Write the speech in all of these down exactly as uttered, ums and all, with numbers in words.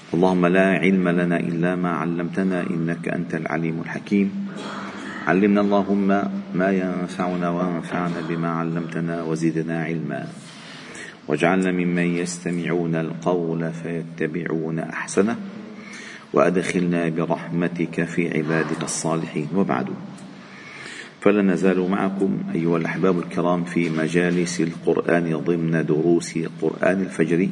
اللهم لا علم لنا إلا ما علمتنا إنك أنت العليم الحكيم. علمنا اللهم ما ينفعنا وانفعنا بما علمتنا وزدنا علما، واجعلنا ممن يستمعون القول فيتبعون أحسنه، وأدخلنا برحمتك في عبادك الصالحين. وبعد، فلا نزال معكم أيها الأحباب الكرام في مجالس القرآن ضمن دروس قرآن الفجر،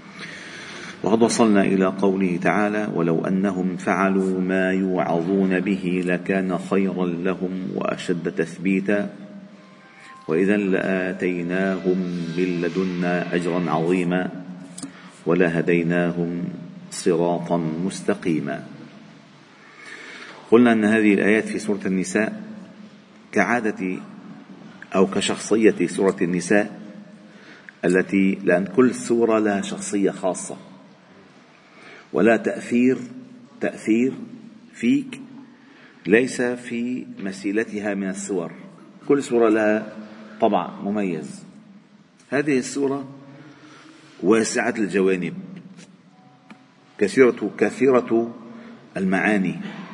وقد وصلنا إلى قوله تعالى: ولو أنهم فعلوا ما يوعظون به لكان خيرا لهم وأشد تثبيتا وإذا لآتيناهم من لدنا أجرا عظيما ولهديناهم صراطا مستقيما. قلنا أن هذه الآيات في سورة النساء كعادة أو كشخصية سورة النساء التي، لأن كل سورة لها شخصية خاصة ولا تأثير تأثير فيك ليس في مسيلتها من السور، كل سورة لها طبع مميز. هذه السورة واسعة الجوانب، كثيرة كثيرة المعاني،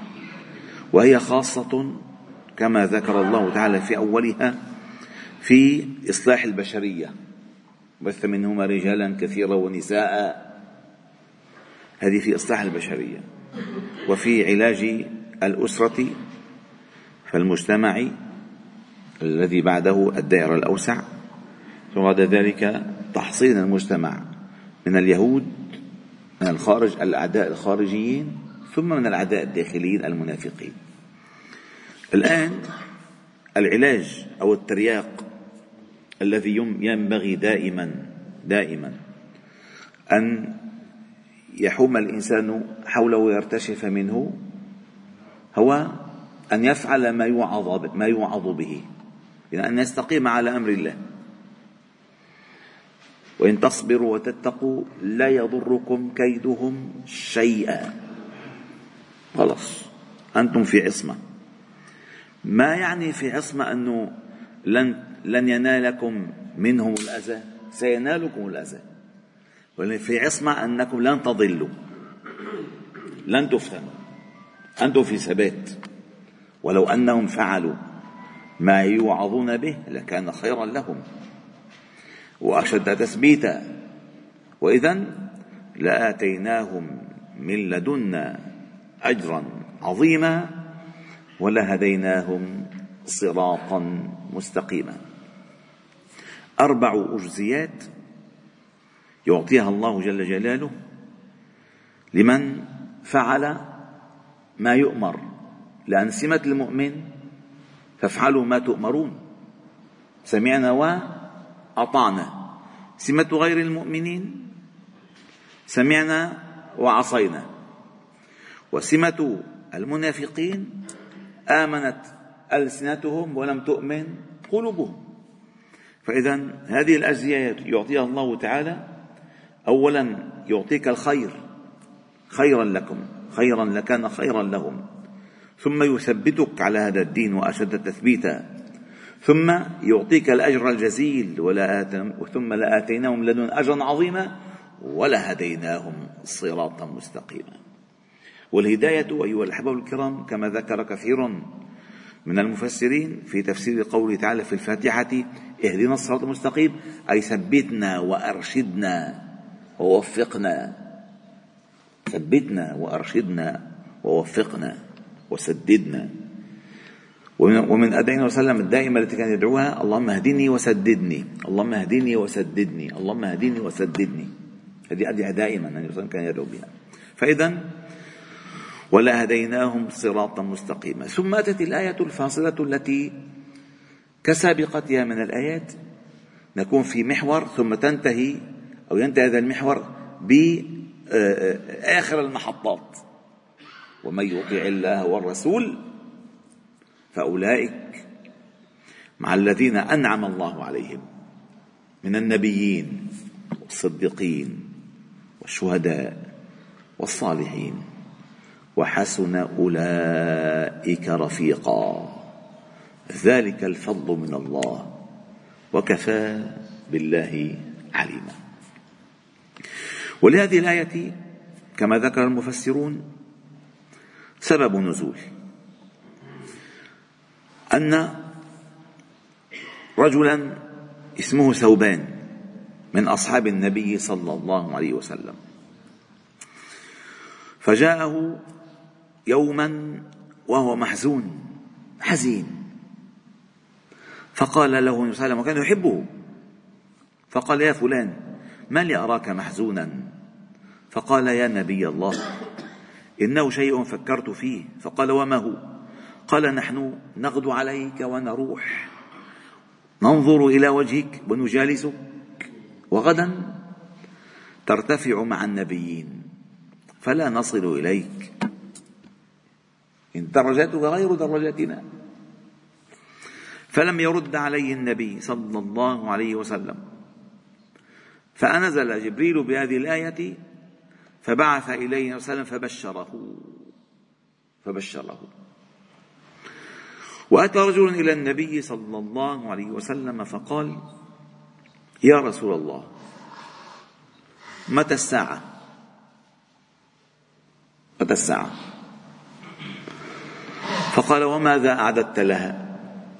وهي خاصة كما ذكر الله تعالى في أولها في إصلاح البشرية، بث منهما رجالا كثيرا ونساء، هذه في إصلاح البشرية. وفي علاج الأسرة فالمجتمع الذي بعده الدائرة الأوسع، ثم بعد ذلك تحصين المجتمع من اليهود، من الخارج الأعداء الخارجيين، ثم من الأعداء الداخليين المنافقين. الآن العلاج أو الترياق الذي ينبغي دائما دائما أن يحوم الإنسان حوله ويرتشف منه هو أن يفعل ما يوعظ ما يوعظ به، يعني أن يستقيم على أمر الله. وإن تصبروا وتتقوا لا يضركم كيدهم شيئا. خلاص أنتم في عصمة. ما يعني في عصمة أنه لن لن ينالكم منهم الأذى، سينالكم الأذى، ولكن في عصمة أنكم لن تضلوا، لن تفتنوا، أنتم في ثبات. ولو أنهم فعلوا ما يوعظون به لكان خيرا لهم وأشد تثبيتا وإذن لآتيناهم من لدنا أجرا عظيما ولهديناهم صراطا مستقيما. أربع أجزيات يعطيها الله جل جلاله لمن فعل ما يؤمر، لأن سمة المؤمن فافعلوا ما تؤمرون، سمعنا وأطعنا. سمة غير المؤمنين سمعنا وعصينا. وسمة المنافقين آمنت ألسنتهم ولم تؤمن قلوبهم. فإذا هذه الأجزية يعطيها الله تعالى. أولا يعطيك الخير، خيرا لكم، خيرا لكان خيرا لهم، ثم يثبتك على هذا الدين وأشد تثبيتا، ثم يعطيك الأجر الجزيل، ثم لآتيناهم لدن أجرا عظيما ولهديناهم صراطا مستقيما. والهداية أيها الأحباب الكرام كما ذكر كثير من المفسرين في تفسير قوله تعالى في الفاتحة: اهدنا الصراط المستقيم، أي ثبتنا وأرشدنا ووفقنا، ثبتنا وأرشدنا ووفقنا وسددنا. ومن أدعينا وسلم الدائمة التي كان يدعوها: اللهم اهدني وسددني، اللهم اهدني وسددني، اللهم اهدني وسددني. هذه أدعية دائما النبي صلى الله عليه وسلم كان يدعو بها. فإذا ولا هديناهم صراطا مستقيما. ثم أتت الآية الفاصلة التي كسابقتها من الآيات، نكون في محور ثم تنتهي أو ينتهي هذا المحور بآخر المحطات: ومن يطع الله والرسول فأولئك مع الذين أنعم الله عليهم من النبيين والصديقين والشهداء والصالحين وحسن أولئك رفيقا ذلك الفضل من الله وكفى بالله عليما. ولهذه الآية كما ذكر المفسرون سبب نزول أن رجلا اسمه ثوبان من أصحاب النبي صلى الله عليه وسلم، فجاءه يوما وهو محزون حزين، فقال له النبي صلى الله عليه وسلم وكان يحبه، فقال: يا فلان ما لي أراك محزونا؟ فقال: يا نبي الله إنه شيء فكرت فيه. فقال: وما هو؟ قال: نحن نغدو عليك ونروح ننظر إلى وجهك ونجالسك، وغدا ترتفع مع النبيين فلا نصل إليك، إن درجاتك غير درجاتنا. فلم يرد عليه النبي صلى الله عليه وسلم، فأنزل جبريل بهذه الآية فبعث إليه وسلم فبشره فبشره وأتى رجل إلى النبي صلى الله عليه وسلم فقال: يا رسول الله متى الساعة؟ متى الساعة؟ فقال: وماذا أعددت لها؟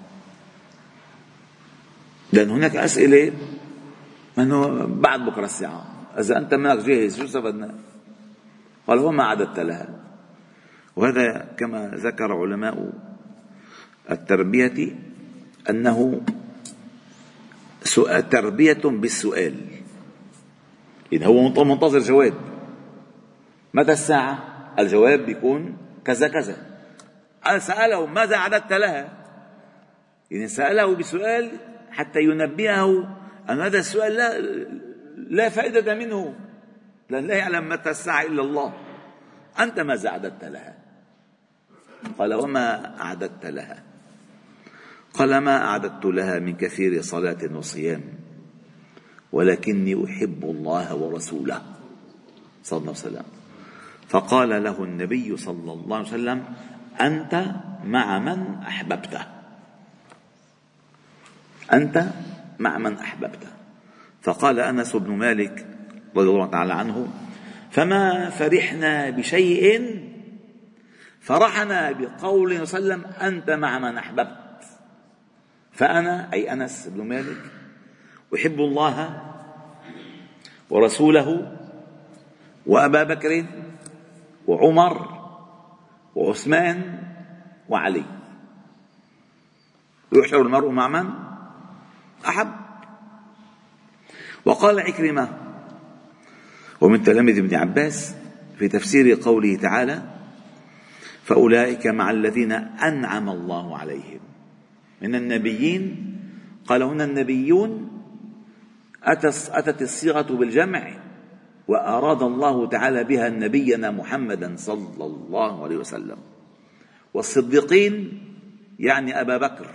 لأن هناك أسئلة أنه بعد بكرة الساعة، إذا أنت منك جاهز شو استفدنا؟ قال: وما أعددت لها؟ وهذا كما ذكر علماء التربية أنه تربية بالسؤال، إذا هو منتظر جواب. متى الساعة؟ الجواب بيكون كذا كذا. قال: سأله ماذا أعددت لها؟ يعني سأله بسؤال حتى ينبهه أن هذا السؤال لا, لا فائدة منه، لأن لا يعلم متى الساعة إلا الله. أنت ماذا أعددت لها؟ قال: وما أعددت لها؟ قال: ما أعددت لها من كثير صلاة وصيام، ولكني أحب الله ورسوله صلى الله عليه وسلم. فقال له النبي صلى الله عليه وسلم: أنت مع من أحببته، أنت مع من أحببته. فقال أنس بن مالك رضي الله تعالى عنه: فما فرحنا بشيء فرحنا بقول صلى الله عليه وسلم: أنت مع من أحببت. فأنا أي أنس بن مالك أحب الله ورسوله وأبا بكر وعمر وعثمان وعلي، يحشر المرء مع من أحب. وقال عكرمة ومن تلاميذ ابن عباس في تفسير قوله تعالى: فأولئك مع الذين أنعم الله عليهم من النبيين. قال هنا النبيون أتت الصيغة بالجمع، وأراد الله تعالى بها نبينا محمدا صلى الله عليه وسلم. والصديقين يعني أبا بكر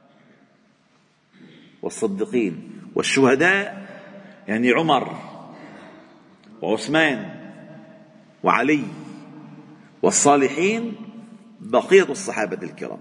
والصديقين، والشهداء يعني عمر وعثمان وعلي، والصالحين بقية الصحابة الكرام.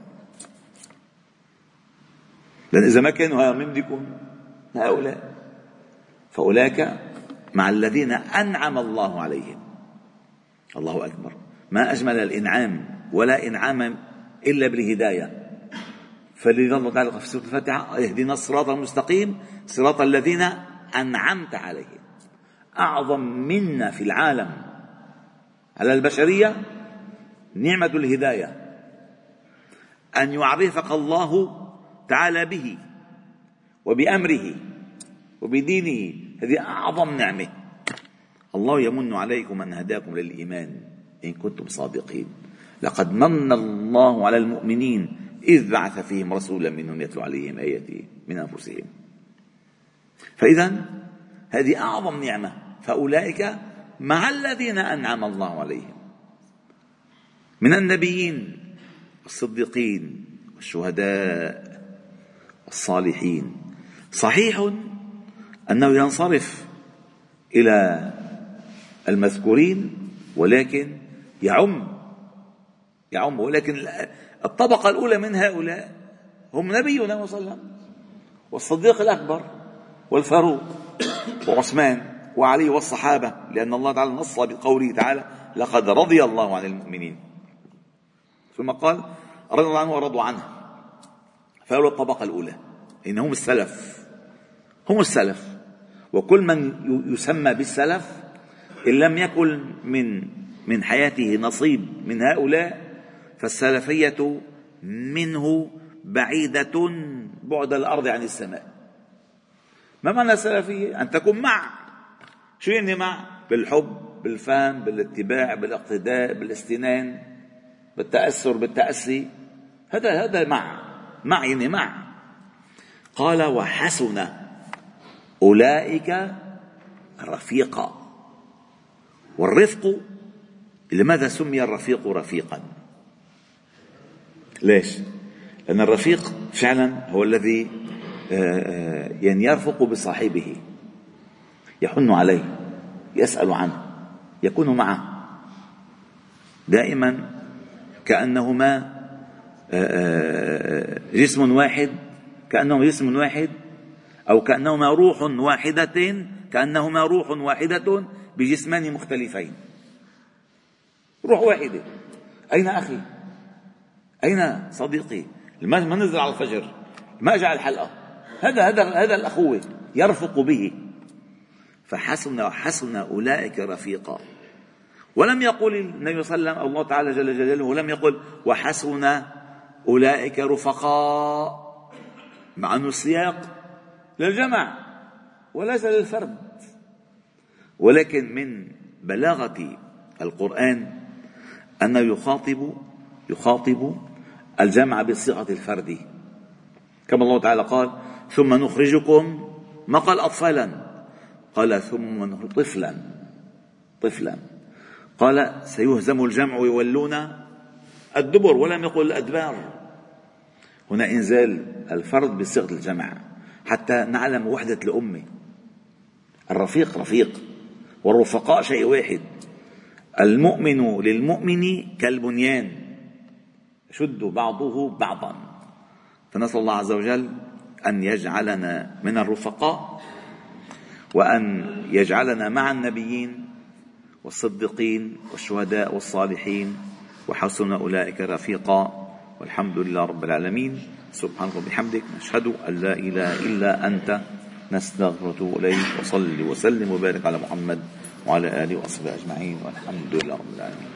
لأن إذا ما كانوا هؤلاء من بيكون هؤلاء، فأولئك مع الذين أنعم الله عليهم. الله أكبر، ما أجمل الإنعام، ولا إنعام إلا بالهداية. فلذا الله تعالى في سورة الفاتحة: اهدنا الصراط المستقيم صراط الذين أنعمت عليهم. أعظم منا في العالم على البشرية نعمة الهداية، أن يعرفك الله تعالى به وبأمره وبدينه. هذه أعظم نعمة. الله يمن عليكم أن هداكم للإيمان إن كنتم صادقين، لقد من الله على المؤمنين إذ بعث فيهم رسولا منهم يتلو عليهم آياته من أنفسهم. فإذا هذه أعظم نعمة. فأولئك مع الذين أنعم الله عليهم من النبيين والصديقين والشهداء والصالحين. صحيح أنه ينصرف إلى المذكورين، ولكن يعم يعم ولكن الطبقة الأولى من هؤلاء هم نبينا صلى الله عليه وسلم والصديق الأكبر والفاروق وعثمان وعلي والصحابة، لأن الله تعالى نص بقوله تعالى لقد رضي الله عن المؤمنين، ثم قال رضي الله عنه ورضوا عنه. فأولى الطبقة الأولى إنهم السلف، هم السلف. وكل من يسمى بالسلف إن لم يكن من من حياته نصيب من هؤلاء فالسلفية منه بعيدة بعد الأرض عن السماء. ما معنى السلفية؟ أن تكون مع. شو يعني مع؟ بالحب، بالفهم، بالاتباع، بالاقتداء، بالاستنان، بالتأثر، بالتأسي. هذا هذا مع مع يعني مع. قال وحسن أولئك رفيقا. والرفق، لماذا سمي الرفيق رفيقا؟ ليش؟ لأن الرفيق فعلا هو الذي يعني يرفق بصاحبه، يحن عليه، يسأل عنه، يكون معه دائما كأنهما جسم واحد، كأنهما جسم واحد، أو كأنهما روح واحدة، كأنهما روح واحدة بجسمان مختلفين. روح واحدة. أين أخي؟ أين صديقي؟ ما نزل على الفجر، ما جاء الحلقة. هذا هذا هذا الأخوة يرفق به. فحسن حسن أولئك رفيقا. ولم يقل النبي صلى الله عليه وسلم، الله تعالى جل جلاله ولم يقل وحسن أولئك رفقاء، مع أن السياق للجمع وليس للفرد. ولكن من بلاغة القرآن أنه يخاطب يخاطب الجمع بصيغة الفرد، كما الله تعالى قال ثم نخرجكم، ما قال أطفالا، قال ثم طفلا طفلا، قال سيهزم الجمع ويولون الدبر، ولم يقل الأدبار. هنا إنزال الفرد بصيغة الجمع حتى نعلم وحدة الأمة. الرفيق رفيق، والرفقاء شيء واحد. المؤمن للمؤمن كالبنيان يشد بعضه بعضا. فنسأل الله عز وجل أن يجعلنا من الرفقاء، وأن يجعلنا مع النبيين والصديقين والشهداء والصالحين، وحسن أولئك رفيقا. والحمد لله رب العالمين. سبحانك وبحمدك، نشهد أن لا إله إلا أنت، نستغفرك إليك. وصلي وسلم وبارك على محمد وعلى آله وصحبه أجمعين، والحمد لله رب العالمين.